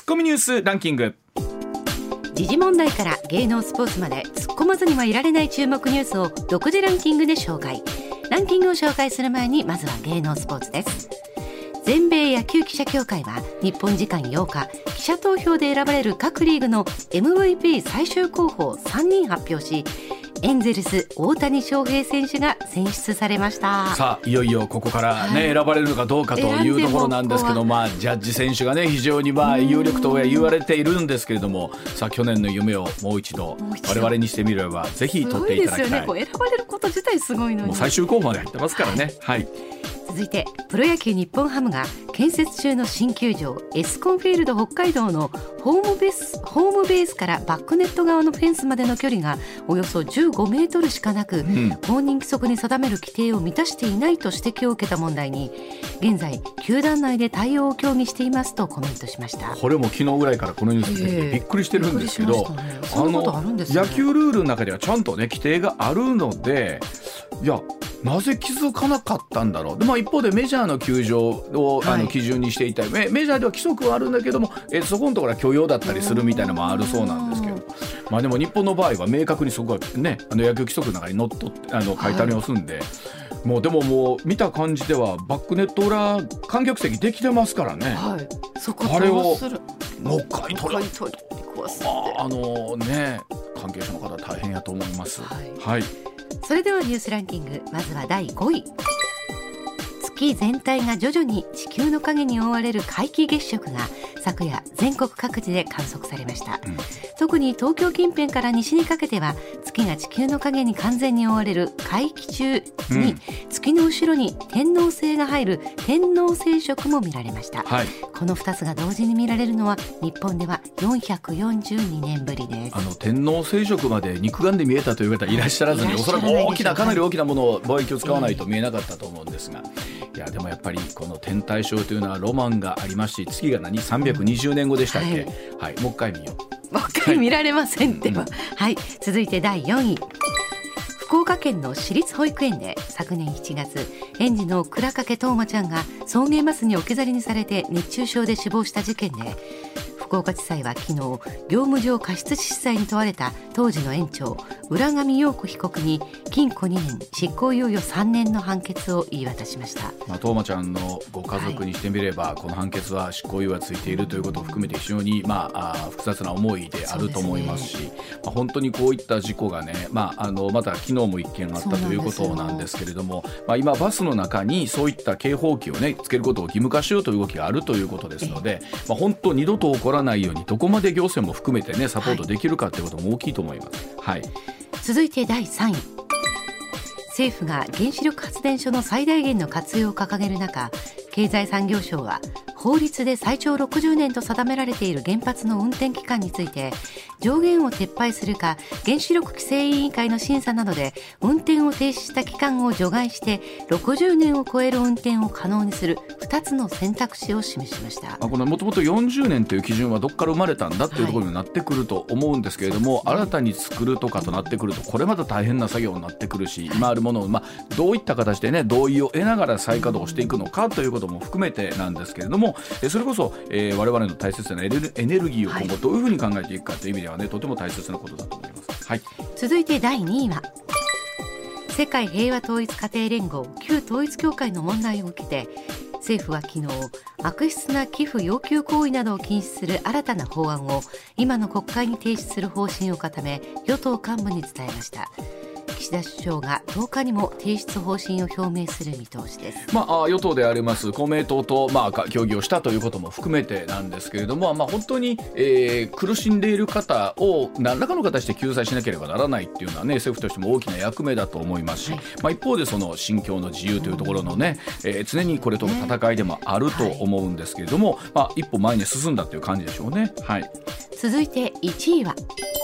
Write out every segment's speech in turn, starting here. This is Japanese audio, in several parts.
コミニュースランキング。 時事問題から芸能スポーツまで突っ込まずにはいられない注目ニュースを独自ランキングで紹介。ランキングを紹介する前にまずは芸能スポーツです。全米野球記者協会は日本時間8日、記者投票で選ばれる各リーグの MVP 最終候補を3人発表し、エンゼルス大谷翔平選手が選出されました。 さあいよいよここからね、選ばれるのかどうかというところなんですけど、ジャッジ選手がね非常に有力と言われているんですけれども、さあ去年の夢をもう一度我々にしてみればぜひ取っていただきたい。 すごいですよね。選ばれること自体すごいのに、 もう最終候補まで入ってますからね。はい。 続いてプロ野球日本ハムが建設中の新球場エスコンフィールド北海道のホームベースからバックネット側のフェンスまでの距離がおよそ15メートルしかなく、公認規則に定める規定を満たしていないと指摘を受けた問題に、現在球団内で対応を協議していますとコメントしました。 これも昨日ぐらいからこのニュースでびっくりしてるんですけど、野球ルールの中ではちゃんとね規定があるので、いやなぜ気づかなかったんだろう。で、一方でメジャーの球場を基準にしていたり、メジャーでは規則はあるんだけども、そこのところは許容だったりするみたいなのもあるそうなんですけど、でも日本の場合は明確にそこはね野球規則の中にのっとって書いてありますんで、でも見た感じではバックネット裏観客席できてますからね、 そこあれをもう一回取るね、 関係者の方は大変やと思います。はい。 それではニュースランキング、まずは第5位。月全体が徐々に地球の影に覆われる皆既月食が昨夜全国各地で観測されました。特に東京近辺から西にかけては月が地球の影に完全に覆われる皆既中に、月の後ろに天王星が入る天王星食も見られました。この2つが同時に見られるのは日本では442年ぶりです。 天王星食まで肉眼で見えたという方いらっしゃらずに、おそらくかなり大きなものを望遠鏡を使わないと見えなかったと思うんですが、いやでもやっぱりこの天体ショーというのはロマンがありますし、月が320年後でしたっけ。もう一回見よう。 もう一回見られませんでは。続いて第4位。福岡県の私立保育園で昨年7月、園児の倉掛冬生ちゃんが送迎バスに置き去りにされて熱中症で死亡した事件で、福岡地裁は昨日業務上過失致死罪に問われた当時の園長浦上陽子被告に禁錮2年執行猶予3年の判決を言い渡しました。 冬生ちゃんのご家族にしてみれば、この判決は執行猶予がついているということを含めて非常に複雑な思いであると思いますし、本当にこういった事故がね、また昨日も一件あったということなんですけれども、今バスの中にそういった警報器をねつけることを義務化しようという動きがあるということですので、本当二度と起こらないようにどこまで行政も含めてねサポートできるかということも大きいと思います。 続いて第3位。政府が原子力発電所の最大限の活用を掲げる中、経済産業省は法律で最長60年と定められている原発の運転期間について上限を撤廃するか、原子力規制委員会の審査などで運転を停止した期間を除外して60年を超える運転を可能にする2つの選択肢を示しました。 このもともと40年という基準はどこから生まれたんだというところになってくると思うんですけれども、新たに作るとかとなってくるとこれまた大変な作業になってくるし、今あるものをどういった形でね同意を得ながら再稼働していくのかということも含めてなんですけれども、それこそ、我々の大切なエネルギーを今後どういうふうに考えていくかという意味ではね、とても大切なことだと思います。 続いて第2位は、世界平和統一家庭連合旧統一教会の問題を受けて、政府は昨日悪質な寄付要求行為などを禁止する新たな法案を今の国会に提出する方針を固め、与党幹部に伝えました。岸田首相が10日にも提出方針を表明する見通しです。 与党であります公明党と協議をしたということも含めてなんですけれども、本当に、苦しんでいる方を何らかの形で救済しなければならないっていうのはね、政府としても大きな役目だと思いますし、一方でその信教の自由というところのね、常にこれとの戦いでもあると思うんですけれども、一歩前に進んだという感じでしょうね。 続いて1位は、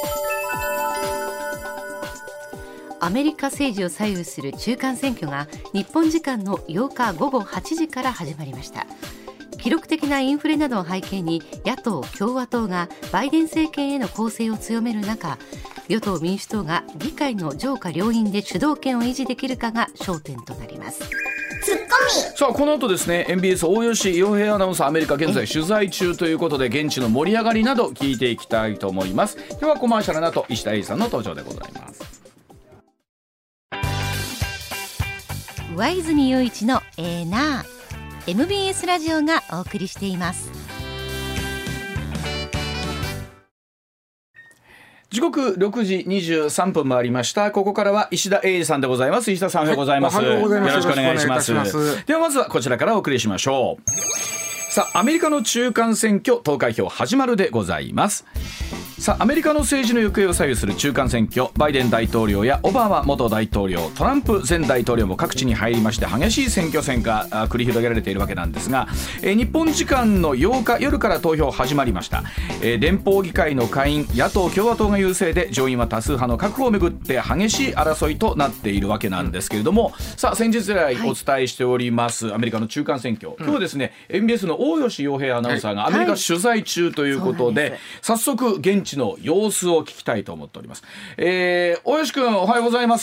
アメリカ政治を左右する中間選挙が日本時間の8日午後8時から始まりました。記録的なインフレなどを背景に野党・共和党がバイデン政権への攻勢を強める中、与党・民主党が議会の上下両院で主導権を維持できるかが焦点となります。 ツッコさあこの後ですね MBS 大吉洋平アナウンサーアメリカ現在取材中ということで現地の盛り上がりなど聞いていきたいと思います。今日はコマーシャルの後石田英二さんの登場でございます。 上泉雄一のな MBS ラジオがお送りしています。 時刻6時23分回りました。ここからは石田英二さんでございます。石田さんおはようございます。よろしくお願いします。ではまずはこちらからお送りしましょう。さあアメリカの中間選挙投開票始まるでございます。さあアメリカの政治の行方を左右する中間選挙、バイデン大統領やオバマ元大統領、トランプ前大統領も各地に入りまして激しい選挙戦が繰り広げられているわけなんですが、日本時間の8日夜から投票始まりました。連邦議会の下院野党共和党が優勢で上院は多数派の確保をめぐって激しい争いとなっているわけなんですけれども、さあ先日来お伝えしております、アメリカの中間選挙、今日はですね MBS の大吉洋平アナウンサーがアメリカ取材中ということで、早速現地の様子を聞きたいと思っております。大吉君おはようございます。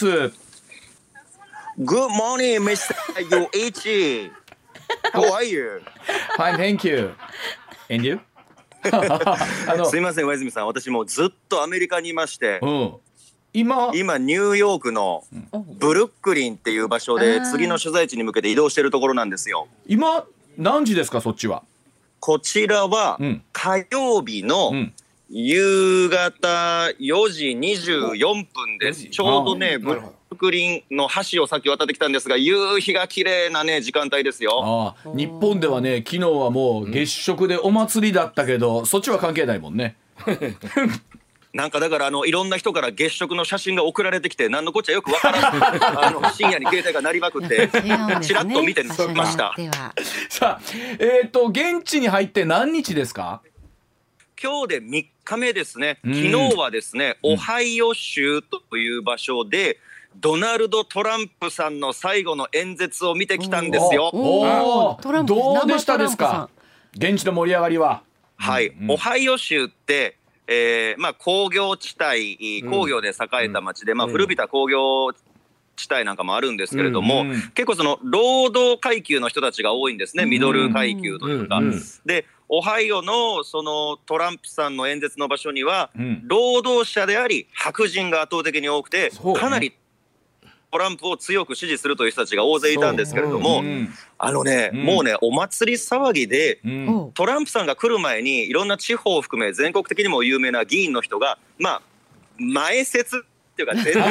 Good morning, Mr. Yoichi. How are you? Fine, thank you. And you? すいません上泉さん、私もずっとアメリカにいまして、 今ニューヨークのブルックリンっていう場所で次の取材地に向けて移動しているところなんですよ。 今何時ですかそっちは。 こちらは火曜日の夕方4時24分です。ちょうどねブルックリンの橋をさっき渡ってきたんですが、夕日が綺麗なね時間帯ですよ。 日本ではね昨日はもう月食でお祭りだったけど、そっちは関係ないもんね。 なんかだからいろんな人から月食の写真が送られてきて何のこっちゃよくわからない深夜に携帯が鳴りまくってちらっと見てました。 さあ現地に入って何日ですか。 今日で3日目ですね。昨日はですね、オハイオ州という場所でドナルド・トランプさんの最後の演説を見てきたんですよ。 どうでしたですか現地の盛り上がりは。 はい、オハイオ州って工業地帯、工業で栄えた町で、古びた工業地帯なんかもあるんですけれども、結構その労働階級の人たちが多いんですね。ミドル階級というか、でオハイオのそのトランプさんの演説の場所には、労働者であり白人が圧倒的に多くて、かなりトランプを強く支持するという人たちが大勢いたんですけれども、もうねお祭り騒ぎで、トランプさんが来る前にいろんな地方を含め全国的にも有名な議員の人が前説っていうか前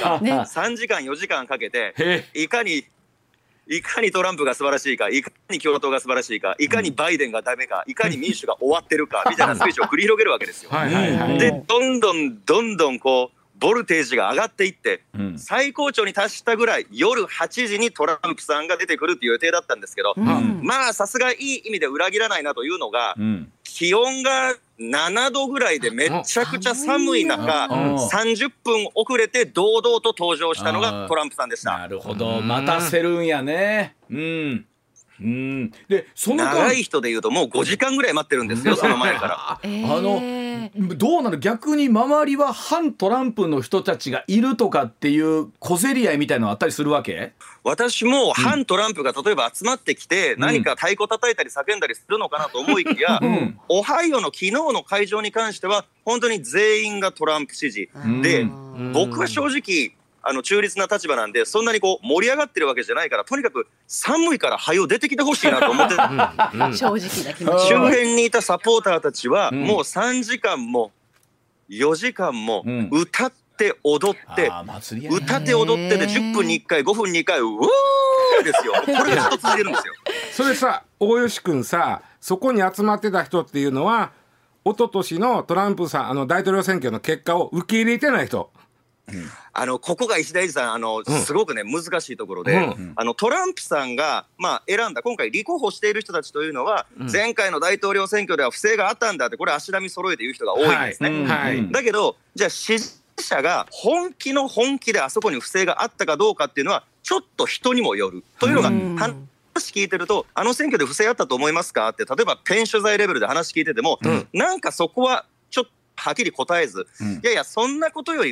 3時間4時間かけていかにトランプが素晴らしいか、いかに共和党が素晴らしいか、いかにバイデンがダメか、いかに民主が終わってるかみたいなスピーチを繰り広げるわけですよ。でどんどんこうボルテージが上がっていって、最高潮に達したぐらい夜8時にトランプさんが出てくるっていう予定だったんですけど、さすがいい意味で裏切らないなというのが、気温が7度ぐらいでめちゃくちゃ寒い中、30分遅れて堂々と登場したのがトランプさんでした。 なるほど、待たせるんやね。でその長い人でいうともう5時間ぐらい待ってるんですよ、その前から。 どうなの、逆に周りは反トランプの人たちがいるとかっていう小競り合いみたいなのあったりするわけ？ 私も反トランプが例えば集まってきて、何か太鼓叩いたり叫んだりするのかなと思いきや、オハイオの昨日の会場に関しては本当に全員がトランプ支持で、僕は正直中立な立場なんでそんなにこう盛り上がってるわけじゃないから、とにかく寒いから早う出てきてほしいなと思って正直な気持ち。 周辺にいたサポーターたちはもう3時間も4時間も歌って踊って歌って踊ってで10分に1回5分に1回うーですよ。これがずっと続いてるんですよ。 それさ大吉くんさ、そこに集まってた人っていうのは一昨年のトランプさん大統領選挙の結果を受け入れてない人。 ここが石田英二さんすごくね難しいところで、トランプさんが選んだ今回立候補している人たちというのは、前回の大統領選挙では不正があったんだってこれ足並み揃えて言う人が多いんですね。だけどじゃあ支持者が本気であそこに不正があったかどうかっていうのはちょっと人にもよるというのが、話聞いてると選挙で不正あったと思いますかって例えばペン取材レベルで話聞いてても、なんかそこはちょっとはっきり答えず、いやそんなことよりも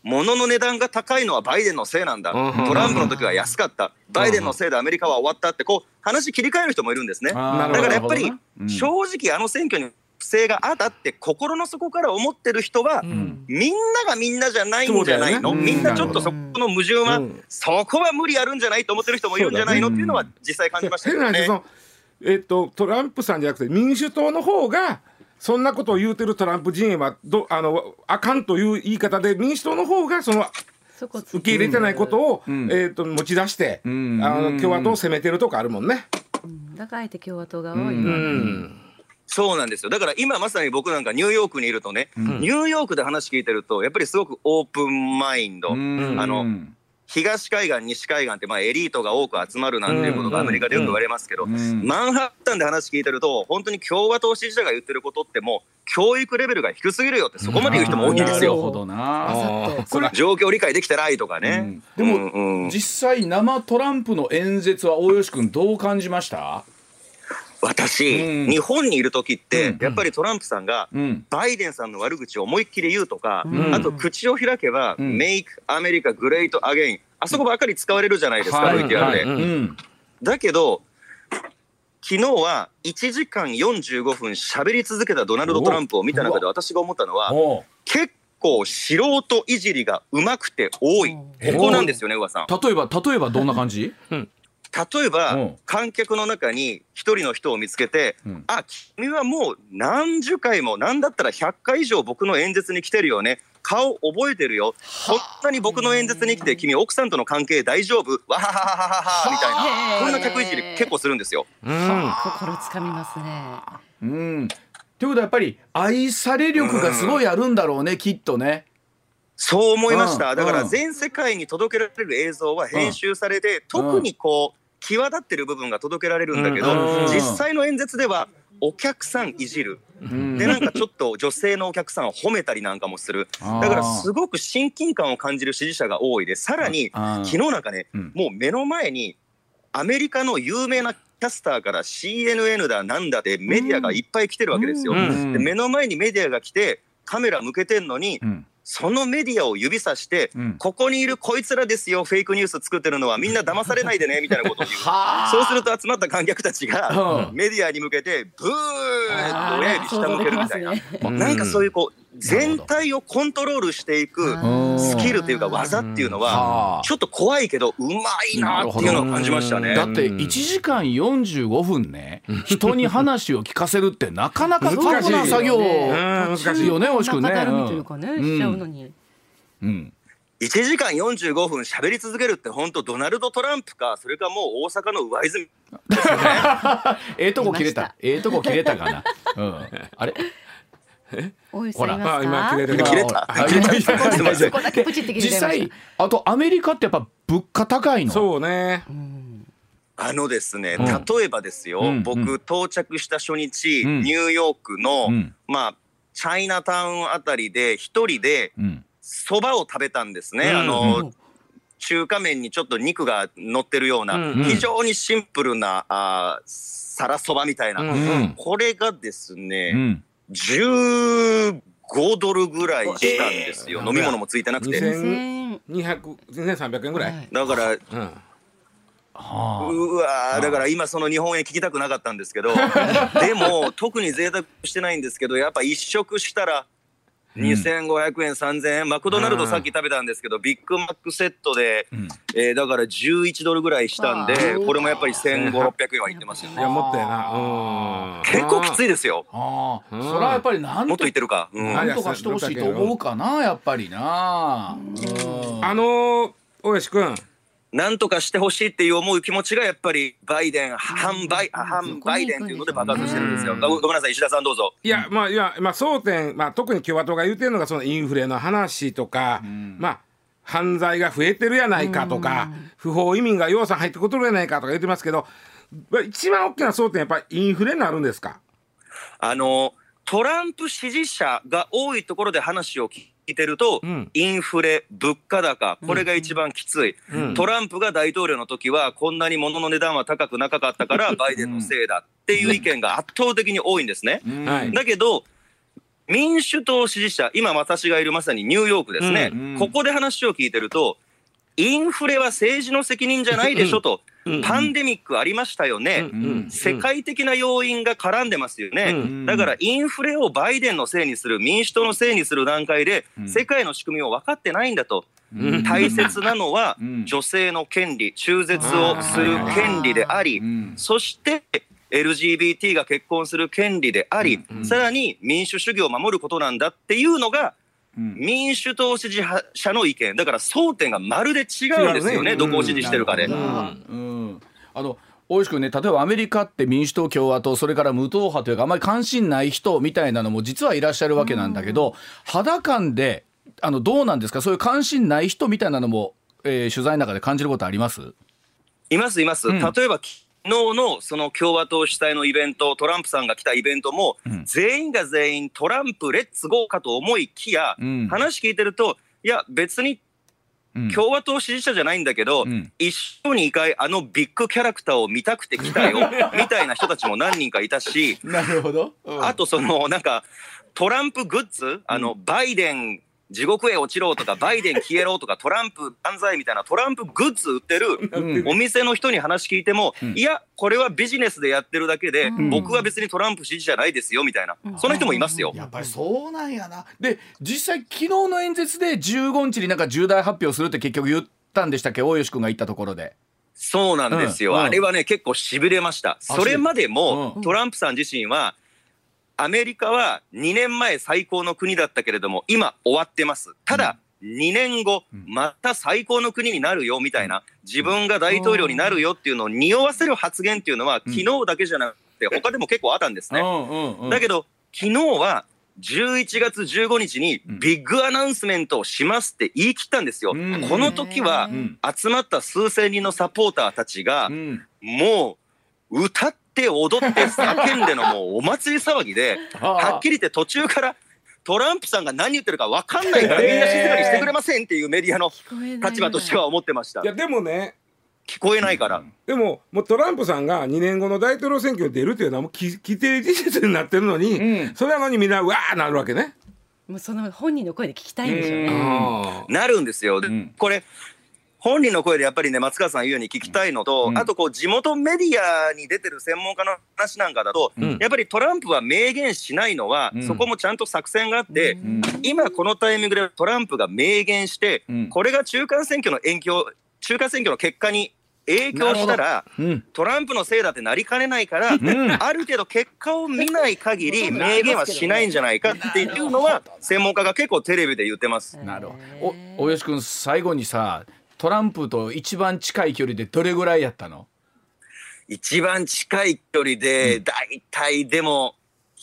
物の値段が高いのはバイデンのせいなんだ、トランプの時は安かった、バイデンのせいでアメリカは終わったってこう話切り替える人もいるんですね。だからやっぱり正直あの選挙に不正があったって心の底から思ってる人は、みんながみんなじゃないんじゃないの、みんなちょっとそこの矛盾は、そこは無理あるんじゃないと思ってる人もいるんじゃないのっていうのは実際感じましたけどね。 トランプさんじゃなくて民主党の方がそんなことを言うてるトランプ陣営はあかんという言い方で、民主党の方がその受け入れてないことを、持ち出して、共和党を攻めてるとこあるもんね。 だからあえて共和党側を言う。 そうなんですよ。だから今まさに僕なんかニューヨークにいるとね、ニューヨークで話聞いてるとやっぱりすごくオープンマインド、東海岸西海岸ってエリートが多く集まるなんていうことがアメリカでよく言われますけど、マンハッタンで話聞いてると本当に共和党支持者が言ってることってもう教育レベルが低すぎるよってそこまで言う人も多いんですよ。 なるほどな。 これ状況理解できてないとかね。 でも実際生トランプの演説は大吉君どう感じました？ 私、日本にいる時って、やっぱりトランプさんがバイデンさんの悪口を思いっきり言うとか、あと口を開けば、Make America Great Again、あそこばっかり使われるじゃないですか、VTR で。だけど昨日は1時間45分喋り続けたドナルド・トランプを見た中で私が思ったのは、結構素人いじりがうまくて多い、ここなんですよね、宇和さん。 例えばどんな感じ？ 例えば観客の中に一人の人を見つけて、あ、君はもう何十回もなんだったら100回以上僕の演説に来てるよね、顔覚えてるよ、こんなに僕の演説に来て君奥さんとの関係大丈夫、わはははははみたいな、こんな客いじり結構するんですよ。 心つかみますね。 ということはやっぱり愛され力がすごいあるんだろうね、きっとね。 そう思いました。だから全世界に届けられる映像は編集されて、特にこう際立ってる部分が届けられるんだけど、実際の演説ではお客さんいじる、でなんかちょっと女性のお客さんを褒めたりなんかもする。だからすごく親近感を感じる支持者が多いで、さらに昨日なんかね、もう目の前にアメリカの有名なキャスターから CNN だなんだってメディアがいっぱい来てるわけですよ。で目の前にメディアが来てカメラ向けてんのに、そのメディアを指さして、ここにいるこいつらですよフェイクニュース作ってるのは、みんな騙されないでねみたいなことを言うそうすると集まった観客たちがメディアに向けてブーッと親指下向けるみたいな、なんかそういうこう全体をコントロールしていくスキルというか技っていうのはちょっと怖いけどうまいなっていうのを感じましたね。 だって1時間45分ね、人に話を聞かせるってなかなか過酷な作業難しいよね、おしくね。 中だるみというかね、しちゃうのに。 1時間45分喋り続けるって本当ドナルド・トランプか、それかもう大阪の上泉ですよね。 ええとこ切れたかな。あれほら、 今切れた。 実際あとアメリカってやっぱ物価高いの。 そうね。 ですね、例えばですよ、僕到着した初日、ニューヨークのチャイナタウンあたりで一人でそばを食べたんですね。中華麺にちょっと肉が乗ってるような、非常にシンプルな皿そばみたいな、これがですね、15ドルぐらいしたんですよ。飲み物もついてなくて 2300円ぐらいだから、うわだから今その日本円聞きたくなかったんですけどでも特に贅沢してないんですけど、やっぱ一食したら2500円3000円、マクドナルドさっき食べたんですけどビッグマックセットで、だから11ドルぐらいしたんで、これもやっぱり1500、600円はいってますよね。 いやもっとやな、 結構きついですよ。 それはやっぱりもっといってるか、 なんとかしてほしいと思うかな、やっぱりな。 大石君、 なんとかしてほしいっていう思う気持ちがやっぱりバイデン反バイデンっていうので爆発してるんですよ。ごめんなさい、石田さんどうぞ。 いや争点、特に共和党が言うてるのがそのインフレの話とか、犯罪が増えてるやないかとか、不法移民が要素入ってくるやないかとか言ってますけど、一番大きな争点やっぱりインフレになるんですか？ トランプ支持者が多いところで話を聞いてると、インフレ、物価高、これが一番きつい、トランプが大統領の時はこんなに物の値段は高くなかったからバイデンのせいだっていう意見が圧倒的に多いんですね。だけど民主党支持者、今私がいるまさにニューヨークですね、ここで話を聞いてると、インフレは政治の責任じゃないでしょと、パンデミックありましたよね、世界的な要因が絡んでますよね、だからインフレをバイデンのせいにする、民主党のせいにする段階で世界の仕組みを分かってないんだと、大切なのは女性の権利、中絶をする権利であり、そしてLGBT が結婚する権利であり、さらに民主主義を守ることなんだっていうのが民主党支持者の意見だから、争点がまるで違うんですよね、どこを支持してるかで。 大石君ね、例えばアメリカって民主党、共和党、それから無党派というかあんまり関心ない人みたいなのも実はいらっしゃるわけなんだけど、肌感でどうなんですか、そういう関心ない人みたいなのも、取材の中で感じることあります？ いますいます、例えば昨日のその共和党主催のイベント、トランプさんが来たイベントも、全員が全員トランプレッツゴーかと思いきや、話聞いてると、いや別に共和党支持者じゃないんだけど、一生に一回ビッグキャラクターを見たくて来たよみたいな人たちも何人かいたしなるほど、 あとなんかトランプグッズ、バイデン地獄へ落ちろとかバイデン消えろとかトランプ万歳みたいなトランプグッズ売ってるお店の人に話聞いても、いやこれはビジネスでやってるだけで、僕は別にトランプ支持じゃないですよみたいな、その人もいますよ。 やっぱりそうなんやな。で実際昨日の演説で15日になんか重大発表するって結局言ったんでしたっけ、大吉君が言ったところで。 そうなんですよ、あれはね結構痺れました。それまでもトランプさん自身はアメリカは2年前最高の国だったけれども今終わってます。ただ2年後また最高の国になるよみたいな、自分が大統領になるよっていうのを匂わせる発言っていうのは昨日だけじゃなくて他でも結構あったんですね。だけど昨日は11月15日にビッグアナウンスメントをしますって言い切ったんですよ。この時は集まった数千人のサポーターたちがもう歌って踊って叫んでのもうお祭り騒ぎで、はっきり言って途中からトランプさんが何言ってるか分かんないからみんな静かにしてくれませんっていうメディアの立場としては思ってました。 いやでもね、 聞こえないから、 でももうトランプさんが2年後の大統領選挙に出るっていうのはもう既定事実になってるのに、それなのにみんなうわーなるわけね。 もうその本人の声で聞きたいんでしょうね。 なるんですよ。これ本人の声でやっぱりね、松川さん言うように聞きたいのと、あと地元メディアに出てる専門家の話なんかだと、やっぱりトランプは明言しないのは、そこもちゃんと作戦があって、今このタイミングでトランプが明言して、これが中間選挙の結果に影響したら、トランプのせいだってなりかねないから、ある程度結果を見ない限り明言はしないんじゃないかっていうのは専門家が結構テレビで言ってます。 なるほど。大吉君最後にさ、トランプと一番近い距離でどれぐらいやったの？ 一番近い距離でだいたいでも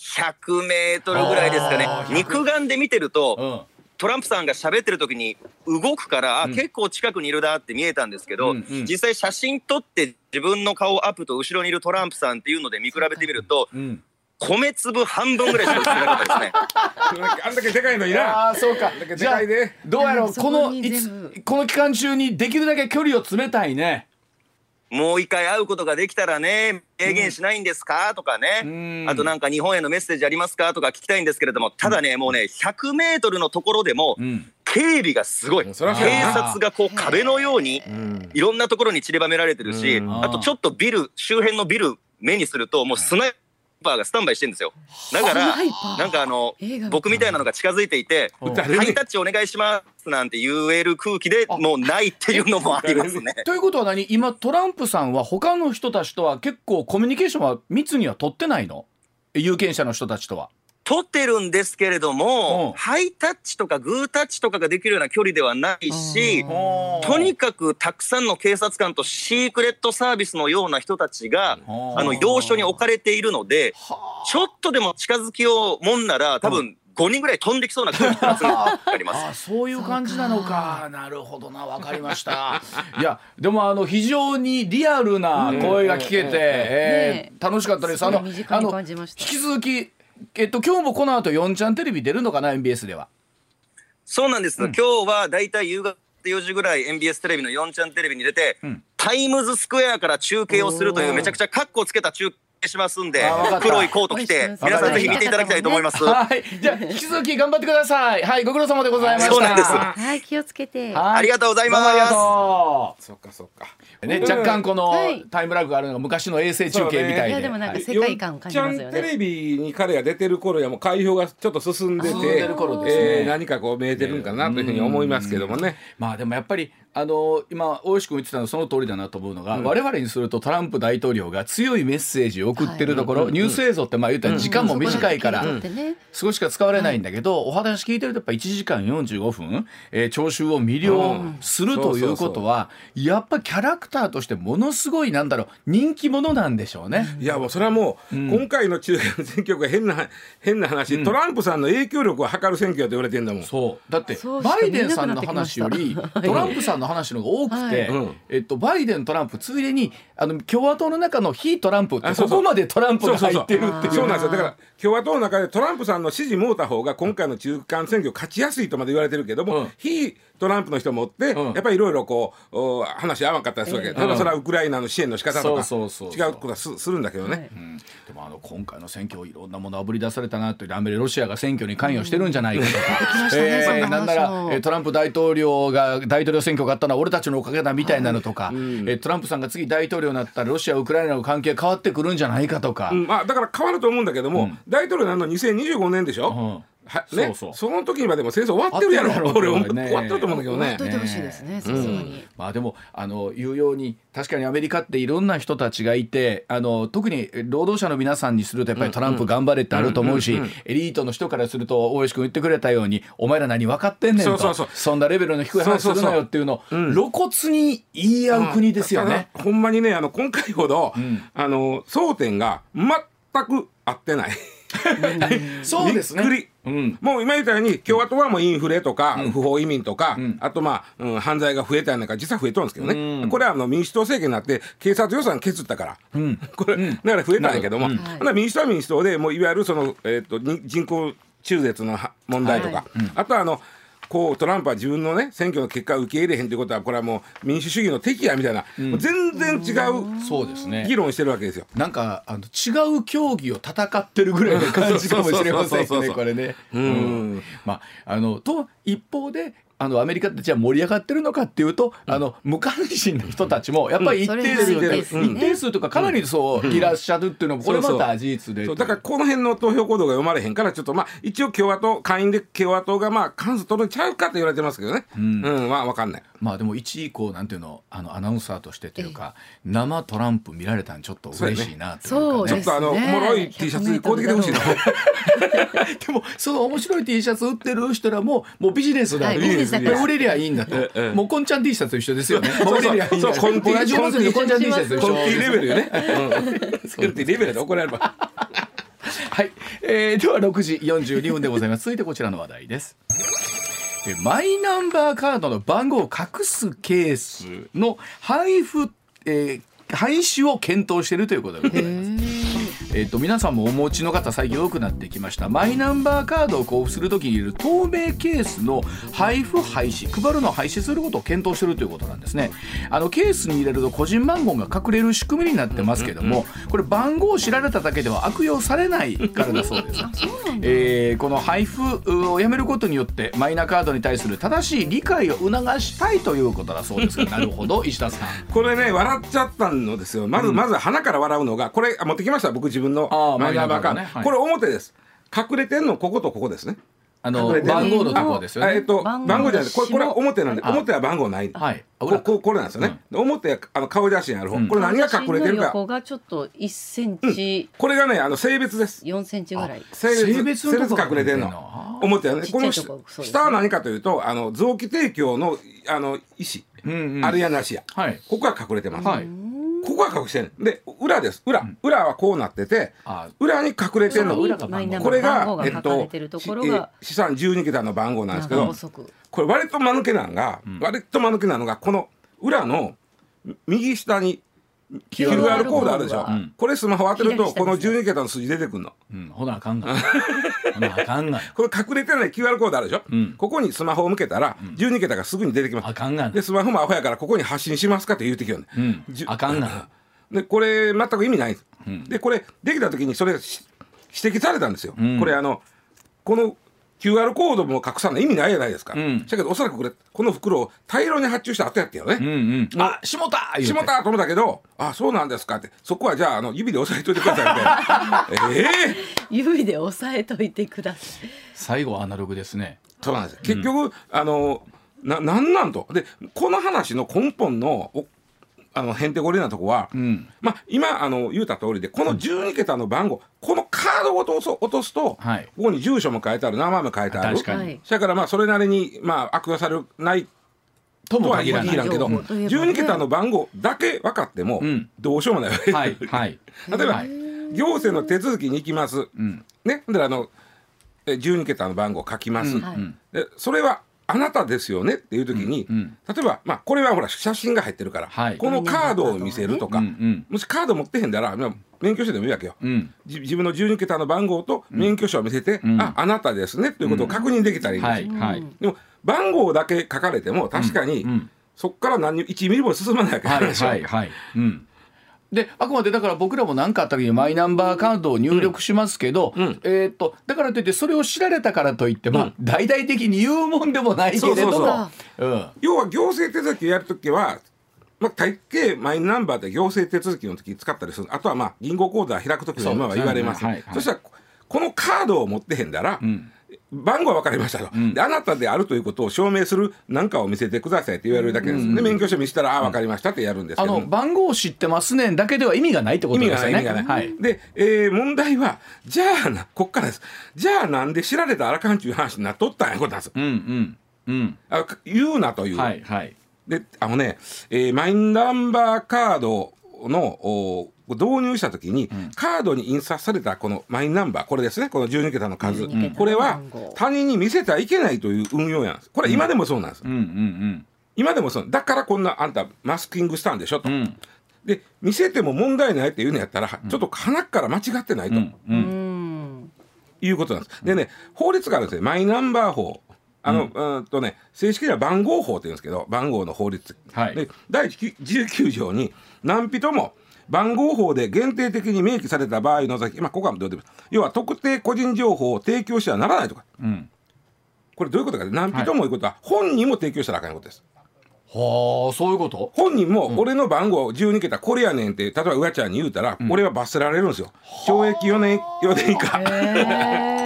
100メートルぐらいですかね。肉眼で見てると、トランプさんが喋ってる時に動くから、結構近くにいるなって見えたんですけど、実際写真撮って自分の顔アップと後ろにいるトランプさんっていうので見比べてみると、米粒半分ぐらいしか映ってなかったですね。 あんだけでかいのにな。 そうか。 じゃあどうやろう、この期間中にできるだけ距離を詰めたいね。 もう一回会うことができたらね、明言しないんですかとかね、あとなんか日本へのメッセージありますかとか聞きたいんですけれども、ただね、もうね100メートルのところでも警備がすごい、警察が壁のようにいろんなところに散りばめられてるし、あとちょっと周辺のビル目にするともうスナイパーがスタンバイしてるんですよ。だからなんか僕みたいなのが近づいていて、ハイタッチお願いしますなんて言える空気でもうないっていうのもありますね。 ということは今トランプさんは他の人たちとは結構コミュニケーションは密には取ってないの？有権者の人たちとは取ってるんですけれども、ハイタッチとかグータッチとかができるような距離ではないし、とにかくたくさんの警察官とシークレットサービスのような人たちが要所に置かれているので、ちょっとでも近づきようもんなら多分5人ぐらい飛んできそうな空気があります。 そういう感じなのか。なるほどな、分かりました。いやでも非常にリアルな声が聞けて、楽しかったです。引き続き今日もこの後4ちゃんテレビ出るのかな、 MBS では。 そうなんです、今日はだいたい夕方4時ぐらい MBS テレビの4ちゃんテレビに出て、タイムズスクエアから中継をするというめちゃくちゃカッコつけた中しますんで、黒いコート着て皆さんぜひ見ていただきたいと思います。 はい、じゃあ引き続き頑張ってください。はい、ご苦労様でございました。 そうなんです。 はい、気をつけて。 ありがとうございます。 ありがとう。 そっかそっか。 ね、若干このタイムラグがあるのが昔の衛星中継みたいで、 いやでもなんか世界観を感じますよね。 よっちゃんテレビに彼が出てる頃やもう開票がちょっと進んでて、何かこう見えてるんかなというふうに思いますけどもね。 まあでもやっぱり今大石君言ってたのその通りだなと思うのが、我々にするとトランプ大統領が強いメッセージを送ってるところ、ニュース映像ってまあ言ったら時間も短いから少しか使われないんだけど、お話聞いてるとやっぱ1時間45分、聴衆を魅了するということはやっぱキャラクターとしてものすごいなんだろう人気者なんでしょうね。 いやもうそれはもう、今回の中間選挙が変な話、トランプさんの影響力を測る選挙だと言われてるんだもん。 そうだってバイデンさんの話よりトランプさんの話の方が多くて、バイデントランプついでに共和党の中の非トランプってここまでトランプが入ってるっていう。 そうなんですよ。だから共和党の中でトランプさんの支持持った方が今回の中間選挙勝ちやすいとまで言われてるけども、非トランプの人もって、やっぱりいろいろこう話合わんかったりするわけ、例えばそれはウクライナの支援の仕方とか違うことはするんだけどね、 でも今回の選挙いろんなものあぶり出されたなという、アメリカロシアが選挙に関与してるんじゃないかとか、なんならトランプ大統領が大統領選挙があったのは俺たちのおかげだみたいなのとか、トランプさんが次大統領になったらロシアウクライナの関係変わってくるんじゃないかとか、 だから変わると思うんだけども、大統領になるの2025年でしょ、ね、その時にはでも戦争終わってるやろ、俺終わってると思うんだけどね。 終わっといてほしいですね、さすがに。 まあでも言うように確かにアメリカっていろんな人たちがいて、特に労働者の皆さんにするとやっぱりトランプ頑張れってあると思うし、エリートの人からすると大石君言ってくれたようにお前ら何分かってんねんと、そんなレベルの低い話するなよっていうのを露骨に言い合う国ですよね。 ほんまにね、今回ほど争点が全く合ってないそうですね。 びっくり、もう今言ったように共和党はもうインフレとか不法移民とか、あと犯罪が増えたんだから実は増えとるんですけどね、これは民主党政権になって警察予算削ったから、これだから増えたんだけども、民主党は民主党でもういわゆるその、人口中絶の問題とか、あとはこうトランプは自分のね選挙の結果を受け入れへんということはこれはもう民主主義の敵やみたいな、もう全然違う議論してるわけですよ。 なんか違う競技を戦ってるぐらいの感じかもしれませんよねこれね。と一方でアメリカってじゃあ盛り上がってるのかっていうと、無関心な人たちもやっぱり一定数とかかなりそういらっしゃるっていうのもこれまた事実で、 だからこの辺の投票行動が読まれへんからちょっと一応共和党下院で共和党が関数取るんちゃうかと言われてますけどね、分かんない。 でも1以降なんていうのアナウンサーとしてというか生トランプ見られたんちょっと嬉しいなっていうかね。 ちょっとおもろい T シャツ買うてきてほしいなでもその面白い T シャツ売ってる人らもうビジネスだと、売れりゃいいんだと、もうコンちゃん T シャツと一緒ですよね。売れりゃいいんだと、コンティレベルよね。コンティレベルで怒られればはい、では6時42分でございます。続いてこちらの話題です。マイナンバーカードの番号を隠すケースの廃止を検討しているということでございます。皆さんもお持ちの方最近多くなってきました。マイナンバーカードを交付するときに入れる透明ケースの配布廃止、配るのを廃止することを検討しているということなんですね。ケースに入れると個人番号が隠れる仕組みになってますけども、これ番号を知られただけでは悪用されないからだそうです。この配布をやめることによってマイナカードに対する正しい理解を促したいということだそうですが、なるほど、石田さん。 これね笑っちゃったのですよ。まず鼻から笑うのがこれ持ってきました。僕自分のマイナンバーカード、これ表です。隠れてんのこことここですね。 番号のところですよね。 番号じゃない、これは表なんで、表は番号ない。これなんですよね。表は顔写真ある方。これ何が隠れてるか。 横がちょっと1センチ。 これがね性別です。 4センチぐらい。 性別隠れてるの。表はね。この下は何かというと臓器提供の意思あるやなしや。ここが隠れてます。ここは隠してる。で裏です。裏はこうなってて、裏に隠れてるの。これが資産12桁の番号なんですけど、これ割と間抜けなのがこの裏の右下に QR コードあるでしょ。これスマホ当てるとこの12桁の数字出てくるの。 ほなあかんがこれ隠れてない QR コードあるでしょ。ここにスマホを向けたら12桁がすぐに出てきます。でスマホもアホやからここに発信しますかって言うてきよね。 あかんがでこれ全く意味ないんです、でこれできた時にそれ指摘されたんですよ、これこのQR コードも隠さない意味ないじゃないですか、だけどおそらくこの袋を大量に発注した後やったよね、 あ、しもたしもたと思ったけど、あ、そうなんですかって、そこはじゃあ指で押さえといてくださいみたいな指で押さえといてください。 最後アナログですね。 そうなんです、結局なんとでこの話の根本のへんてこりなとこは、今言うた通りでこの12桁の番号、このカードを落とすと、ここに住所も書いてある、名前も書いてある、 確かに。 それからそれなりに悪用されないとは限らんけど、12桁の番号だけ分かってもどうしようもないわけです、例えば行政の手続きに行きます、ね、で12桁の番号を書きます、でそれはあなたですよねっていう時に、例えば、これはほら写真が入ってるから、このカードを見せるとか、もしカード持ってへんだら免許証でもいいわけよ、自分の12桁の番号と免許証を見せて、あなたですねということを確認できたらいいんです、でも番号だけ書かれても確かに、そこから1ミリも進まないわけですよ、 であくまでだから僕らも何かあった時にマイナンバーカードを入力しますけど、だからといってそれを知られたからといって大々的に言うもんでもないけれども、 要は行政手続きをやるときは、大抵マイナンバーで行政手続きの時に使ったりする、あとは銀行口座開く時に今は言われます、そしたらこのカードを持ってへんだら、番号は分かりましたと、であなたであるということを証明する何かを見せてくださいって言われるだけです、で免許証見せたら分かりましたってやるんですけど、 番号を知ってますねんだけでは意味がないってことですよね。意味がない、 で、問題はじゃあこっからです、じゃあなんで知られたらあかんっていう話になっとったんやことなんです、言うなという、でマイナンバーカードの導入したときに、カードに印刷されたこのマイナンバー、これですね、この12桁の数、これは他人に見せてはいけないという運用なんです。これ今でもそうなんです、今でもそうだからこんなあんたマスキングしたんでしょと、で見せても問題ないって言うんやったら、ちょっと鼻から間違ってないと、いうことなんです。でね、法律があるんですよ、マイナンバー法、正式には番号法って言うんですけど、番号の法律、で第19条に何人も番号法で限定的に明記された場合の除き、ここはどうでもいい、要は特定個人情報を提供してはならないとか、これどういうことかで、何人もいうことは本人も提供したらあかんことです。 はあ、そういうこと。 本人も俺の番号12桁これやねんって例えばうわちゃんに言うたら、俺は罰せられるんですよ、懲役4年以下。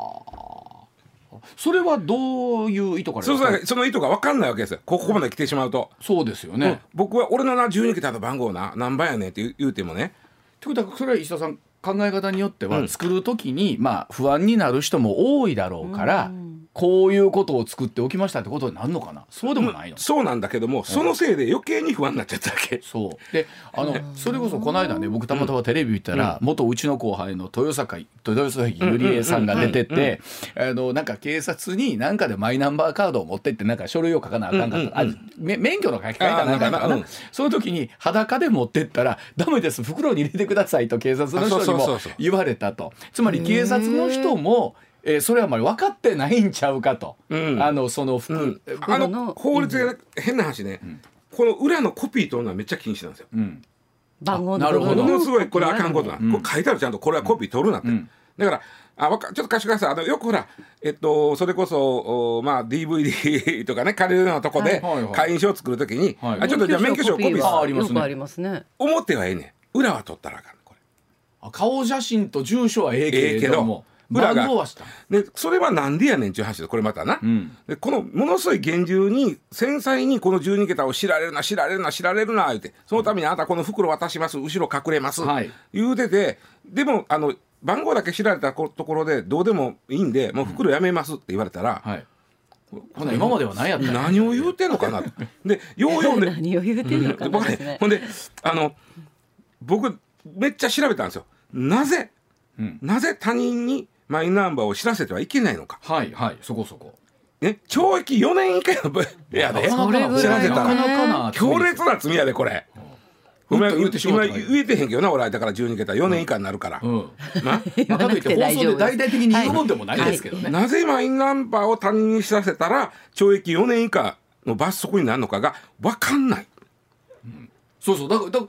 それはどういう意図からですか。 その意図が分かんないわけですよ、ここまで来てしまうと。 そうですよね、 僕は俺の12桁の番号何番やねんって言うてもね。 ということはそれは石田さん考え方によっては、作る時に不安になる人も多いだろうから、こういうことを作っておきましたってことになるのかな。そうでもないの。 そうなんだけども、そのせいで余計に不安になっちゃったわけ。 そうでそれこそこの間ね、僕たまたまテレビ見たら、元うちの後輩の豊崎ゆりえさんが出てて、なんか警察に何かでマイナンバーカードを持ってってなんか書類を書かなあかんかった、免許の書き換えかなんかかな、その時に裸で持ってったらダメです、袋に入れてくださいと警察の人にも言われたと。つまり警察の人もそれはあまり分かってないんちゃうかと、その法律で変な話ね、この裏のコピー取るのはめっちゃ禁止なんですよ、 番号なるほど、 ものすごいこれあかんことな、これ書いてある、ちゃんとこれはコピー取るなって、だからちょっと貸してください、よくほら、それこそDVD とかね借りるようなとこで会員証作るときに、ちょっとじゃあ免許証コピーはありますね。 表はええねん、裏は取ったらあかん、これ顔写真と住所はええけれども裏が番号はしたで、それはなんでやねんっていう話で、これまたな、でこのものすごい厳重に繊細にこの12桁を知られるな言うて、そのためにあなたこの袋渡します、後ろ隠れます、言うてて、でも番号だけ知られたところでどうでもいいんでもう袋やめますって言われたら、 今までは何やった何を言うてんのかなでようよう何を言うてんのかなですね。 ほんで僕めっちゃ調べたんですよ、なぜ他人にマイナンバーを知らせてはいけないのか。 そこね、懲役4年以下のやで、知らせたら強烈な罪やで、これ。今言えてへんけどな、俺だから12桁4年以下になるから、かといって放送で大々的に言うもんでもないですけどね、 なぜマイナンバーを他人に知らせたら懲役4年以下の罰則になるのかが分かんない、 そうだから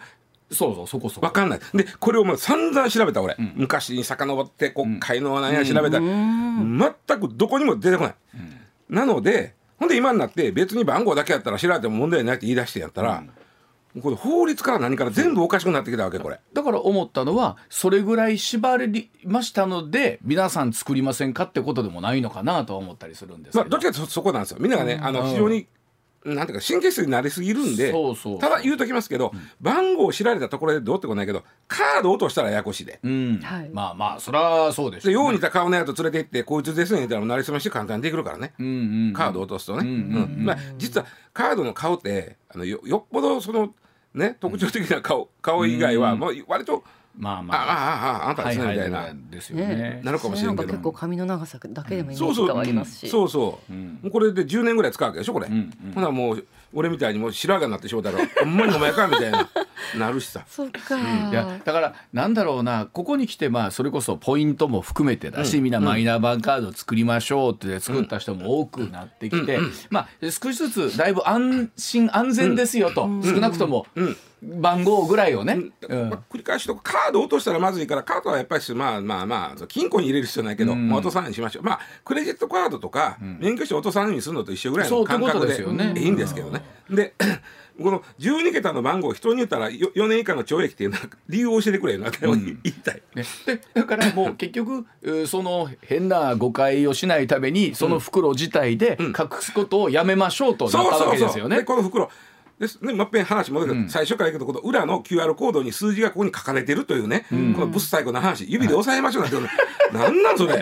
そうそこ分かんない。でこれをもう散々調べた俺、昔に遡って国会の何や調べたら、全くどこにも出てこない、なのでほんで今になって別に番号だけやったら調べても問題ないって言い出してやったら、これ法律から何から全部おかしくなってきたわけこれ。 だから思ったのはそれぐらい縛りましたので皆さん作りませんかってことでもないのかなとは思ったりするんですけど、 どっちかというとそこなんですよ。みんながね非常になんていうか神経質になりすぎるんで、ただ言うときますけど、番号を知られたところでどうってことないけどカードを落としたらややこしいで、 まあそりゃそうでしょうね。 よう似た顔のやつ連れて行ってこいつですねってなりすまして簡単にできるからね、カードを落とすとね、実はカードの顔ってよっぽどそのね特徴的な顔以外はもう割とあんたですねみたいななるかもしれんけど、 結構髪の長さだけでもイメージ変わりますし、 そうこれで10年ぐらい使うわけでしょこれ、ほなもう俺みたいにもう白髪になってしまうたらほんまにお前かみたいなるしさそっか、 いやだからなんだろうな、ここに来てそれこそポイントも含めてだし、みんなマイナンバーカード作りましょうって作った人も多くなってきて、少しずつだいぶ安心安全ですよと、少なくとも番号ぐらいをね、 繰り返しとカード落としたらまずいからカードはやっぱり金庫に入れる必要ないけど、落とさないにしましょう。クレジットカードとか免許証落とさないようにするのと一緒ぐらいの感覚でいいんですけどね。でこの12桁の番号を人に言ったら4年以下の懲役っていうのは理由を教えてくれよなって言いたい、 でだからもう結局その変な誤解をしないためにその袋自体で隠すことをやめましょうとなったわけですよね。 でこの袋ですね、もう一遍話戻るけど、最初から言うけどこの裏の QR コードに数字がここに書かれてるというね、このブス最後の話指で押さえましょうなんてなんなんそれ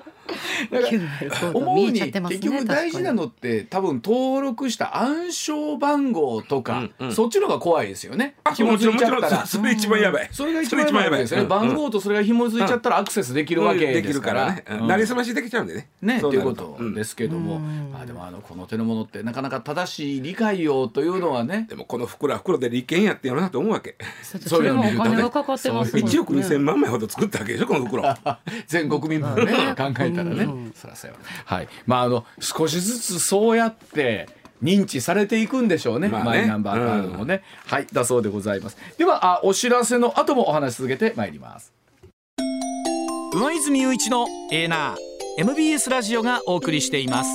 思うに結局大事なのって多分登録した暗証番号とか、そっちの方が怖いですよね。紐づいちゃったらそれ一番やばい、 それが一番やばいですよね。番号とそれが紐づいちゃったらアクセスできるわけですからね、 なりすましできちゃうんでねっていうことですけども、でもこの手のものってなかなか正しい理解をというのはね、 でもこの袋は袋で利権やってやろうなと思うわけ。 それもお金がかかってますもんね。 1億2000万枚ほど作ったわけでしょこの袋全国民分ね考えたらね、そらそうよ。はい、少しずつそうやって認知されていくんでしょうね、マイナンバーカードもね、はいだそうでございます。ではお知らせの後もお話し続けてまいります。 上泉雄一のエーナー MBS ラジオがお送りしています。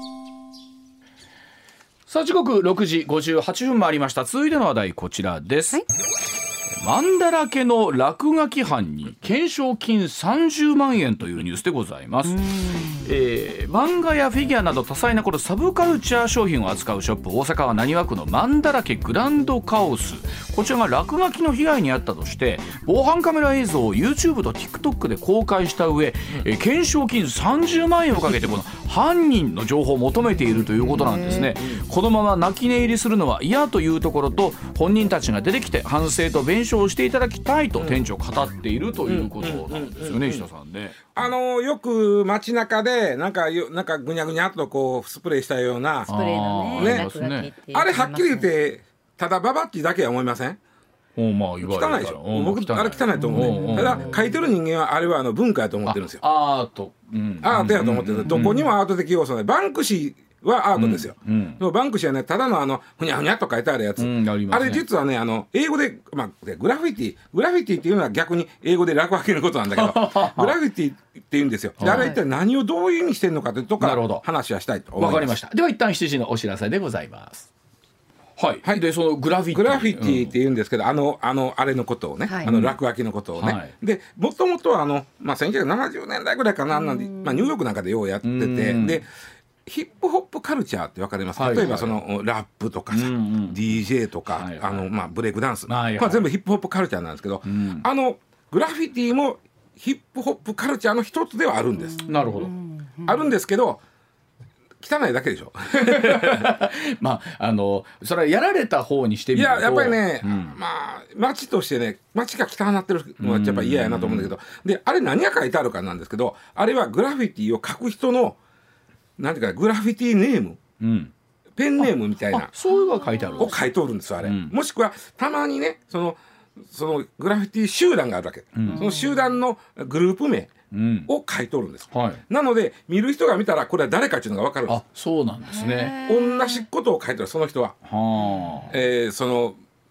さあ時刻6時58分もありました。続いての話題こちらです、マンダラ家の落書き犯に懸賞金30万円というニュースでございます。漫画やフィギュアなど多彩なサブカルチャー商品を扱うショップ、大阪は浪速区のマンダラ家グランドカオス、こちらが落書きの被害に遭ったとして防犯カメラ映像を YouTube と TikTok で公開した上、懸賞金30万円をかけてこの犯人の情報を求めているということなんですね。このまま泣き寝入りするのは嫌というところと、本人たちが出てきて反省と弁償をしていただきたいと店長語っているということなんですよね、石田さんね。 よく街中でなんかぐにゃぐにゃっとスプレーしたようなスプレーのねあれはっきり言ってただババッチだけは思いません？汚いでしょ。僕あれ汚いと思うね。ただ書いてる人間はあれは文化やと思ってるんですよ。 アート、 アートやと思ってる。どこにもアート的要素ない。バンクシーはアートですよ。でもバンクシーはねただのふにゃふにゃっと書いてあるやつ、あれ実はね英語で、グラフィティっていうのは逆に英語で落書きのことなんだけどグラフィティって言うんですよ。であれ一体何をどういう意味してるのかというとこから話はしたいと思います。 わかりました。では一旦7時のお知らせでございます。はい、でそのグラフィティって言うんですけど、あれのことをね、落書きのことをね、でもともとは1970年代ぐらいかな、ニューヨークなんかでようやってて、でヒップホップカルチャーって分かります？例えばラップとかさ、DJ とかブレイクダンス、全部ヒップホップカルチャーなんですけど、グラフィティもヒップホップカルチャーの一つではあるんです。 なるほど。 あるんですけど汚いだけでしょそれはやられた方にしてみるとやっぱりね、街としてね街が汚なってるのはやっぱり嫌やなと思うんだけど、であれ何が書いてあるかなんですけど、あれはグラフィティを書く人のなんていうかグラフィティネーム、ペンネームみたいなそういうのが書いてあるを書いておるんですよあれ、もしくはたまにねそのグラフィティ集団があるわけ、その集団のグループ名を書いておるんです、なので見る人が見たらこれは誰かっていうのが分かるんです。 そうなんですね。 同じことを書いてるその人は、その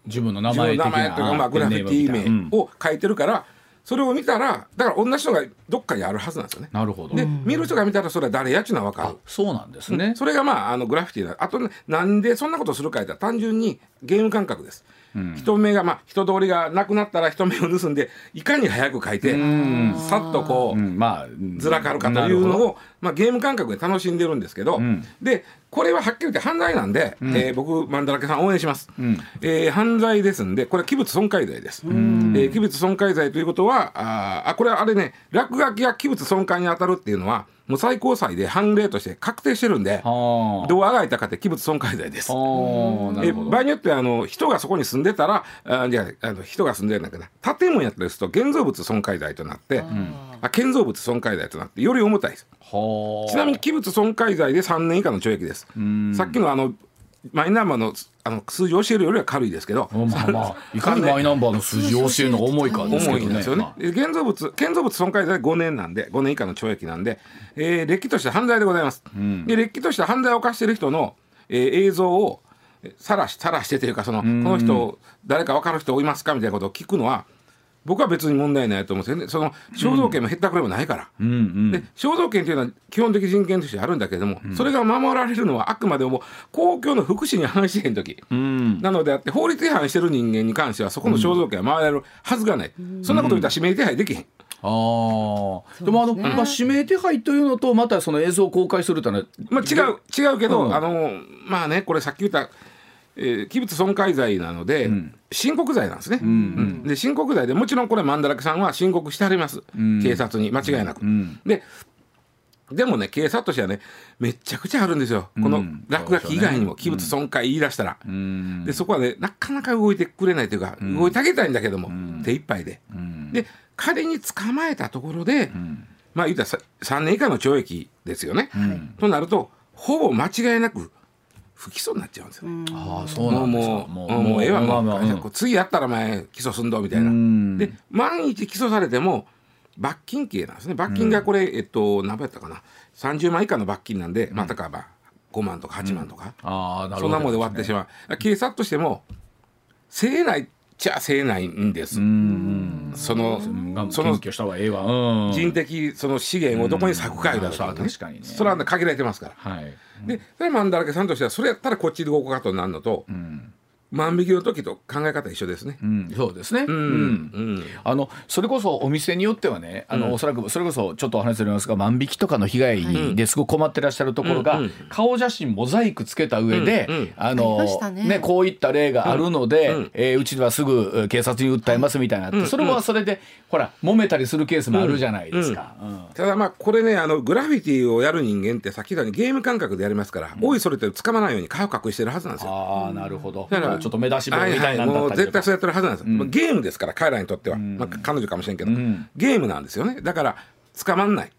自分の名前的なというか、まあ、グラフィティ名を書いてるから、それを見たらだから同じ人がどっかにあるはずなんですよね。 なるほど。 で見る人が見たらそれは誰やっちゅうのは分かる。 そうなんですね。 それがまあグラフィティあとね、なんでそんなことするか言ったら単純にゲーム感覚です。人目が人通りがなくなったら人目を盗んでいかに早く書いてさっとこうずらかるかというのをゲーム感覚で楽しんでるんですけど、でこれははっきり言って犯罪なんで、僕マンダラケさん応援します。犯罪ですんでこれは器物損壊罪です。器物損壊罪ということはこれはあれね、落書きが器物損壊に当たるっていうのはもう最高裁で判例として確定してるんで、どうあがいたかって器物損壊罪です。場合によっては人がそこに住んでたら人が住んでるんだけど建物やったりすると建造物損壊罪となって、建造物損壊罪となってより重たいです。ちなみに器物損壊罪で3年以下の懲役です。さっきのマイナンバーの数字を教えるよりは軽いですけど、 いかにマイナンバーの数字を教えるのが重いかですけどね。 重いんですよね。建造物損壊罪5年なんで5年以下の懲役なんで、れっきとした犯罪でございます。でれっきとした犯罪を犯している人の、映像を晒してというかこの人誰か分かる人いますかみたいなことを聞くのは僕は別に問題ないと思うんですよね。肖像権も減ったくれもないから、で肖像権というのは基本的人権としてあるんだけれども、それが守られるのはあくまでも公共の福祉に反してへんとき、なのであって法律違反してる人間に関してはそこの肖像権は守られるはずがない。そんなこと言ったら指名手配できへん。 でも指名手配というのとまたその映像を公開するというのは、 違うけど、まあねこれさっき言った器物損壊罪なので、申告罪なんですね。で申告罪でもちろんこれマンダラケさんは申告してはります、警察に間違いなく。でもね警察としてはねめちゃくちゃあるんですよ、この落書き以外にも器物損壊言い出したら。でそこはねなかなか動いてくれないというか、動いてあげたいんだけども、手一杯で。で仮に捕まえたところで、まあ言ったら3年以下の懲役ですよね。となるとほぼ間違いなく不起訴になっちゃうんですよね。 そうなんですか。 もうええわ、次やったら前起訴すんどみたいな。で万一起訴されても罰金刑なんですね。罰金がこれ何倍やったかな、30万以下の罰金なんで、またか5万とか8万とか、そんなもので終わってしまう。警察としてもせえないっちゃせえないんです。その人的その資源をどこに割くかいうだとかね、それは限られてますから。でそれマンダラケさんとしてはそれやったらこっちで動くかとなるのと、万引きの時と考え方一緒ですね。 そうですね。それこそお店によってはね、おそらくそれこそちょっとお話しされますが万引きとかの被害ですごく困ってらっしゃるところが、顔写真モザイクつけた上でこういった例があるので、うちではすぐ警察に訴えますみたいな、それはそれでほら揉めたりするケースもあるじゃないですか。 ただこれねグラフィティをやる人間ってさっき言ったようにゲーム感覚でやりますから、おいそれって捕まないように顔隠してるはずなんですよ。 なるほど。だからちょっと目出し帽みたいなのだったりとか、 もう絶対そうやってるはずなんですよ。ゲームですから彼らにとっては、彼女かもしれんけど、ゲームなんですよね。だから捕まんない。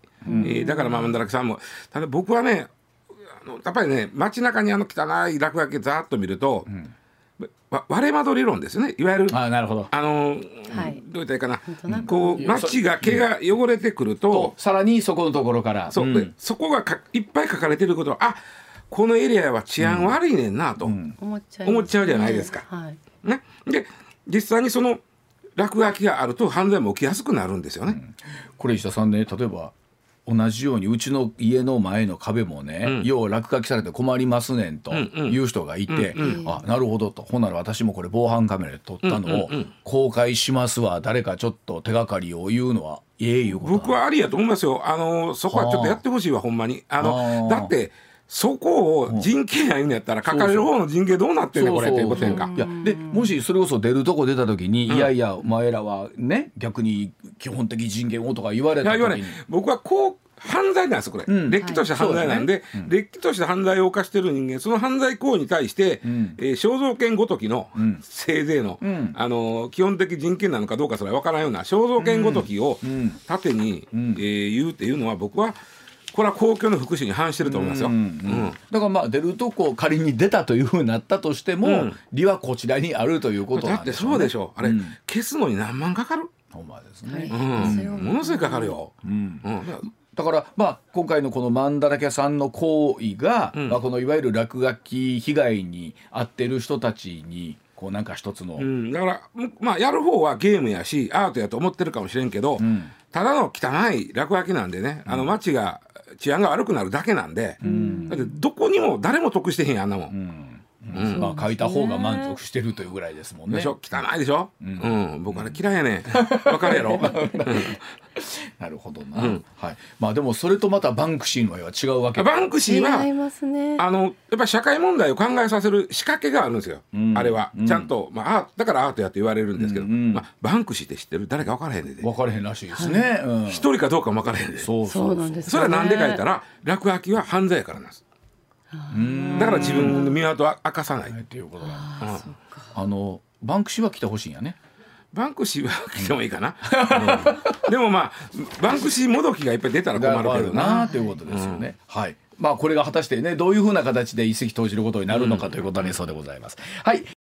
だからマンダラケさんもただ僕はねやっぱりね街中に汚い落書きざーっと見ると、割れ窓理論ですよね。いわゆるなるほど。 どう言ったらいいかな、こう街が毛が汚れてくると、 さらにそこのところからそこがいっぱい書かれてることはこのエリアは治安悪いねんなと思っちゃうじゃないですか。で実際にその落書きがあると犯罪も起きやすくなるんですよね。 これ石田さんね、例えば同じようにうちの家の前の壁もね、よう落書きされて困りますねんという人がいて、なるほどと、ほんなら私もこれ防犯カメラで撮ったのを公開しますわ、誰かちょっと手がかりを言うのはいうこと。 僕はありやと思いますよ。そこはちょっとやってほしいわほんまに。だってそこを人権や言うんやったら書かれる方の人権どうなってんねんこれっていうことやんか。 でもしそれこそ出るとこ出た時に、いやいやお前らはね逆に基本的人権をとか言われた時に、 僕は犯罪なんですこれ、れっきとした犯罪なんで、れっきとした犯罪を犯してる人間、その犯罪行為に対して、肖像権ごときの、せいぜいの、基本的人権なのかどうかそれは分からんような肖像権ごときを盾に、言うっていうのは僕はこれは公共の福祉に反してると思いますよ。 だから出るとこ仮に出たというふうになったとしても、利はこちらにあるということなんでしょうね。 だってそうでしょ。あれ、消すのに何万かかる。 ほんまですね。 ものすごいかかるよ。 だから今回のこのマンダラケさんの行為が、このいわゆる落書き被害に遭ってる人たちにこうなんか一つの、 だからまあやる方はゲームやしアートやと思ってるかもしれんけど、ただの汚い落書きなんでね、街が治安が悪くなるだけなんで、だってどこにも誰も得してへんやんあんなもん。 まあ書いた方が満足してるというぐらいですもんね。 でしょ、汚いでしょ。僕はね嫌いやねわかるやろ。 なるほどな。はい。まあでもそれとまたバンクシーの絵は違うわけ。 バンクシーは違いますね。 やっぱり社会問題を考えさせる仕掛けがあるんですよ。あれはちゃんとだからアートやと言われるんですけど、バンクシーって知ってる？誰か分からへんねんで。 分からへんらしいですね。 一人かどうかも分からへんで。 そうなんですね。 それはなんでか言ったら落書きは犯罪やからなんです。だから自分の身元を明かさないっていうことなんです。バンクシーは来てほしいんやね。 バンクシーは来てもいいかな。でもまあバンクシーもどきがいっぱい出たら困るけどなということですよね。はい。まあこれが果たしてねどういうふうな形で一石投じることになるのかということにそうでございます。はい。